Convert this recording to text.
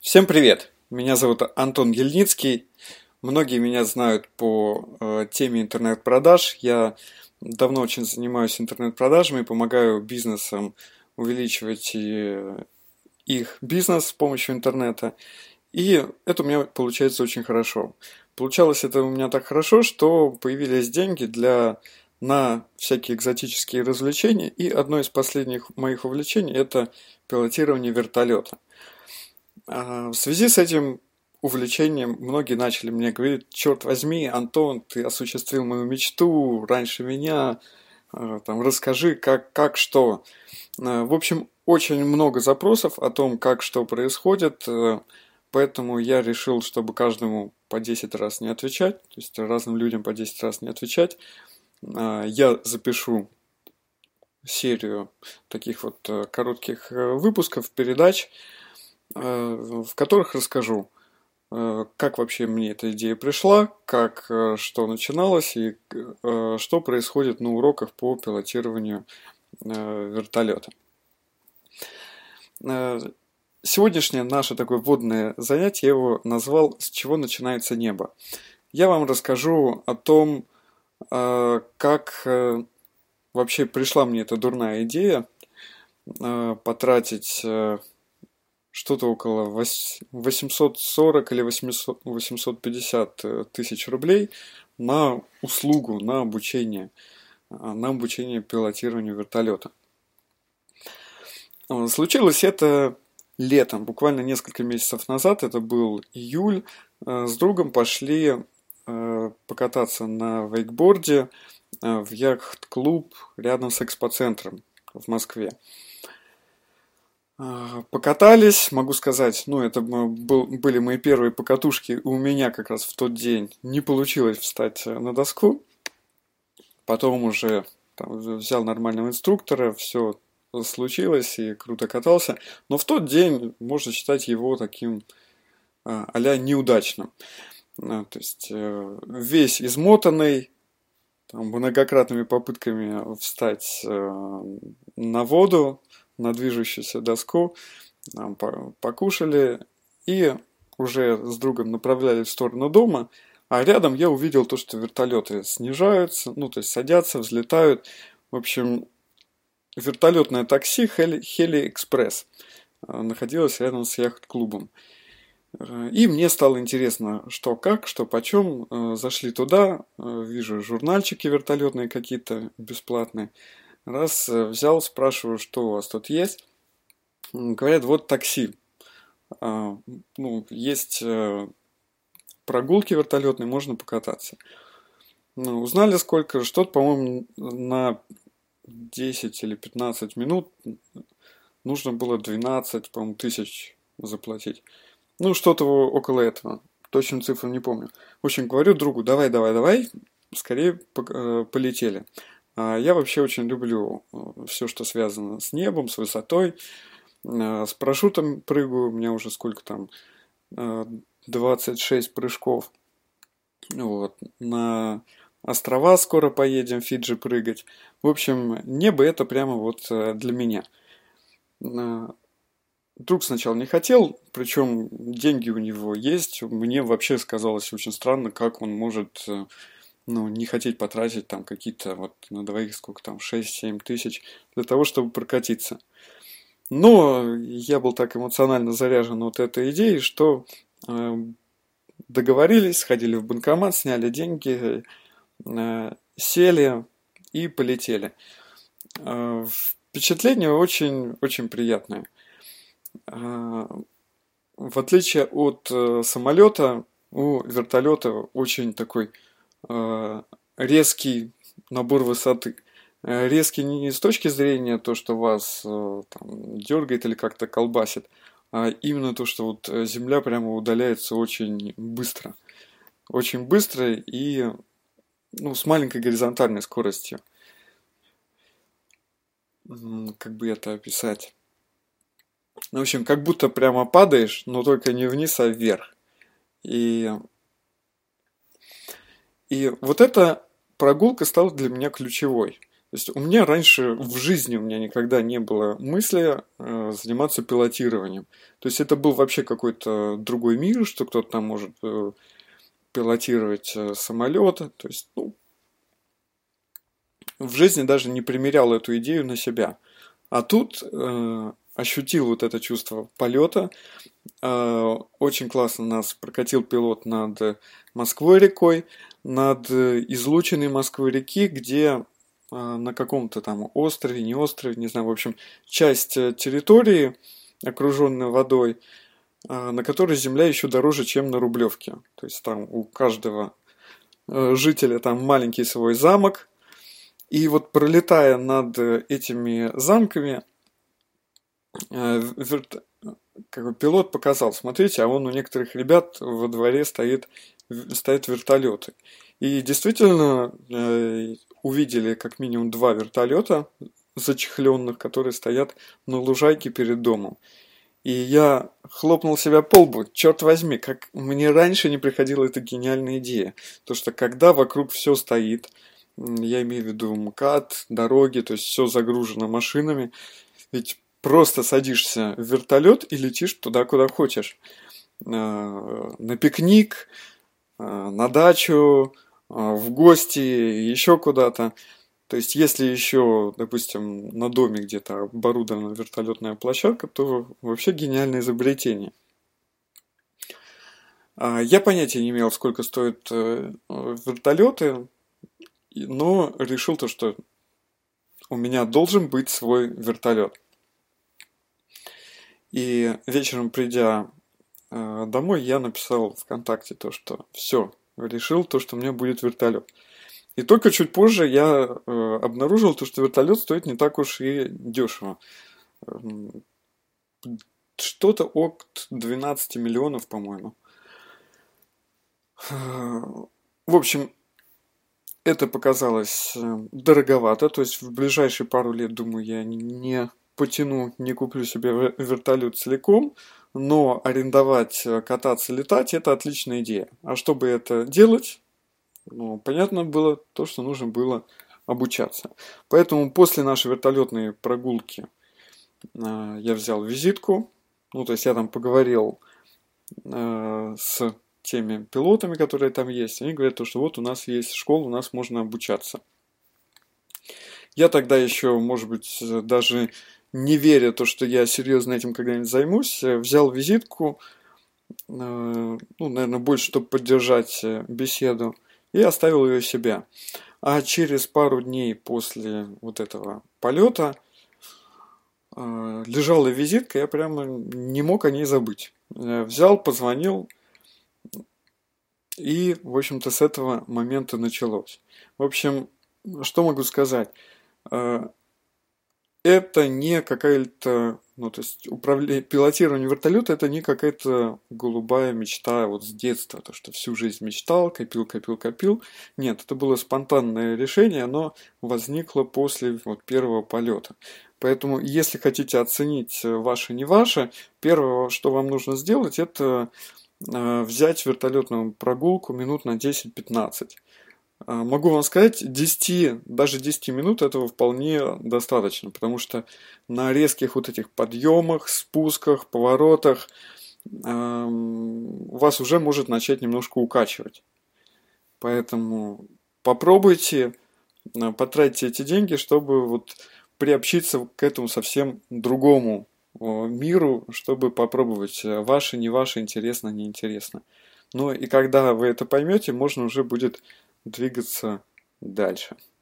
Всем привет! Меня зовут Антон Ельницкий. Многие меня знают по теме интернет-продаж. Я давно очень занимаюсь интернет-продажами, помогаю бизнесам увеличивать их бизнес с помощью интернета. И это у меня получается очень хорошо. Получалось это у меня так хорошо, что появились деньги на всякие экзотические развлечения. И одно из последних моих увлечений – это пилотирование вертолета. В связи с этим увлечением многие начали мне говорить: черт возьми, Антон, ты осуществил мою мечту раньше меня, там, расскажи, как что. В общем, очень много запросов о том, как что происходит, поэтому я решил, чтобы каждому по 10 раз не отвечать, то есть разным людям по 10 раз не отвечать, я запишу серию таких вот коротких выпусков, передач, в которых расскажу, как вообще мне эта идея пришла, что начиналось и что происходит на уроках по пилотированию вертолета. Сегодняшнее наше такое вводное занятие, я его назвал «С чего начинается небо?». Я вам расскажу о том, как вообще пришла мне эта дурная идея потратить что-то около 840 или 850 тысяч рублей на услугу, на обучение пилотированию вертолета. Случилось это летом, буквально несколько месяцев назад, это был июль. С другом пошли покататься на вейкборде в яхт-клуб рядом с экспоцентром в Москве. Покатались, могу сказать, это были мои первые покатушки, у меня как раз в тот день не получилось встать на доску. Потом уже взял нормального инструктора, все случилось и круто катался. Но в тот день можно считать его таким а-ля неудачным. То есть весь измотанный, многократными попытками встать на воду, на движущуюся доску, покушали и уже с другом направлялись в сторону дома, а рядом я увидел то, что вертолеты снижаются, то есть садятся, взлетают. В общем, вертолетное такси Хели Экспресс находилось рядом с яхт-клубом. И мне стало интересно, что как, что почем. Зашли туда, вижу журнальчики вертолетные какие-то бесплатные. Раз взял, спрашиваю, что у вас тут есть. Говорят, вот такси. Есть прогулки вертолетные, можно покататься. Узнали сколько, что-то, по-моему, на 10 или 15 минут нужно было 12, по-моему, тысяч заплатить. Что-то около этого. Точную цифру не помню. В общем, говорю другу: давай, скорее полетели. Я вообще очень люблю все, что связано с небом, с высотой. С парашютом прыгаю, у меня уже сколько там, 26 прыжков. На острова скоро поедем, Фиджи прыгать. В общем, небо это прямо вот для меня. Друг сначала не хотел, причем деньги у него есть. Мне вообще казалось очень странно, как он может не хотеть потратить там какие-то на двоих, сколько там, 6-7 тысяч для того, чтобы прокатиться. Но я был так эмоционально заряжен этой идеей, что договорились, сходили в банкомат, сняли деньги, сели и полетели. Впечатление очень, очень приятное. В отличие от самолета, у вертолета очень такой резкий набор высоты. Резкий не с точки зрения то, что вас дергает или как-то колбасит, а именно то, что земля прямо удаляется очень быстро. Очень быстро и с маленькой горизонтальной скоростью. Как бы это описать? В общем, как будто прямо падаешь, но только не вниз, а вверх. И вот эта прогулка стала для меня ключевой. То есть у меня раньше в жизни у меня никогда не было мысли заниматься пилотированием. То есть это был вообще какой-то другой мир, что кто-то там может пилотировать самолеты. То есть, ну, в жизни даже не примерял эту идею на себя. А тут ощутил вот это чувство полета. Очень классно нас прокатил пилот над Москвой-рекой, над излучиной Москвы-реки, где на каком-то там острове, не острове, не знаю, в общем, часть территории, окруженной водой, на которой земля еще дороже, чем на Рублевке. То есть там у каждого жителя там маленький свой замок. И вот пролетая над этими замками, как бы пилот показал, смотрите, а вон у некоторых ребят во дворе стоят вертолеты. И действительно увидели как минимум 2 вертолета зачехленных, которые стоят на лужайке перед домом. И я хлопнул себя по лбу, черт возьми, как мне раньше не приходила эта гениальная идея. То, что когда вокруг все стоит, я имею в виду МКАД, дороги, то есть все загружено машинами, ведь просто садишься в вертолет и летишь туда, куда хочешь. На пикник, на дачу, в гости, еще куда-то. То есть, если еще, допустим, на доме где-то оборудована вертолетная площадка, то вообще гениальное изобретение. Я понятия не имел, сколько стоят вертолеты, но решил то, что у меня должен быть свой вертолет. И вечером, придя домой, я написал ВКонтакте то, что все, решил то, что у меня будет вертолет. И только чуть позже я обнаружил то, что вертолет стоит не так уж и дешево. Что-то от 12 миллионов, по-моему. В общем, это показалось дороговато. То есть в ближайшие пару лет, думаю, я не потяну, не куплю себе вертолет целиком. Но арендовать, кататься, летать – это отличная идея. А чтобы это делать, ну, понятно было то, что нужно было обучаться. Поэтому после нашей вертолетной прогулки я взял визитку. Ну, то есть я там поговорил с теми пилотами, которые там есть. Они говорят, что вот у нас есть школа, у нас можно обучаться. Я тогда еще, может быть, даже не веря то, что я серьезно этим когда-нибудь займусь, взял визитку, ну, наверное, больше, чтобы поддержать беседу, и оставил ее себе. А через пару дней после вот этого полета лежала визитка, я прямо не мог о ней забыть. Взял, позвонил, и, в общем-то, с этого момента началось. В общем, что могу сказать? Это не какая-то, ну, то есть пилотирование вертолета это не какая-то голубая мечта вот с детства, то, что всю жизнь мечтал, копил. Нет, это было спонтанное решение, оно возникло после вот первого полета. Поэтому, если хотите оценить ваше, не ваше, первое, что вам нужно сделать, это взять вертолетную прогулку минут на 10-15. Могу вам сказать, даже 10 минут этого вполне достаточно, потому что на резких вот этих подъемах, спусках, поворотах вас уже может начать немножко укачивать. Поэтому попробуйте, потратьте эти деньги, чтобы вот приобщиться к этому совсем другому миру, чтобы попробовать ваше, не ваше, интересно, не интересно. Ну и когда вы это поймете, можно уже будет двигаться дальше.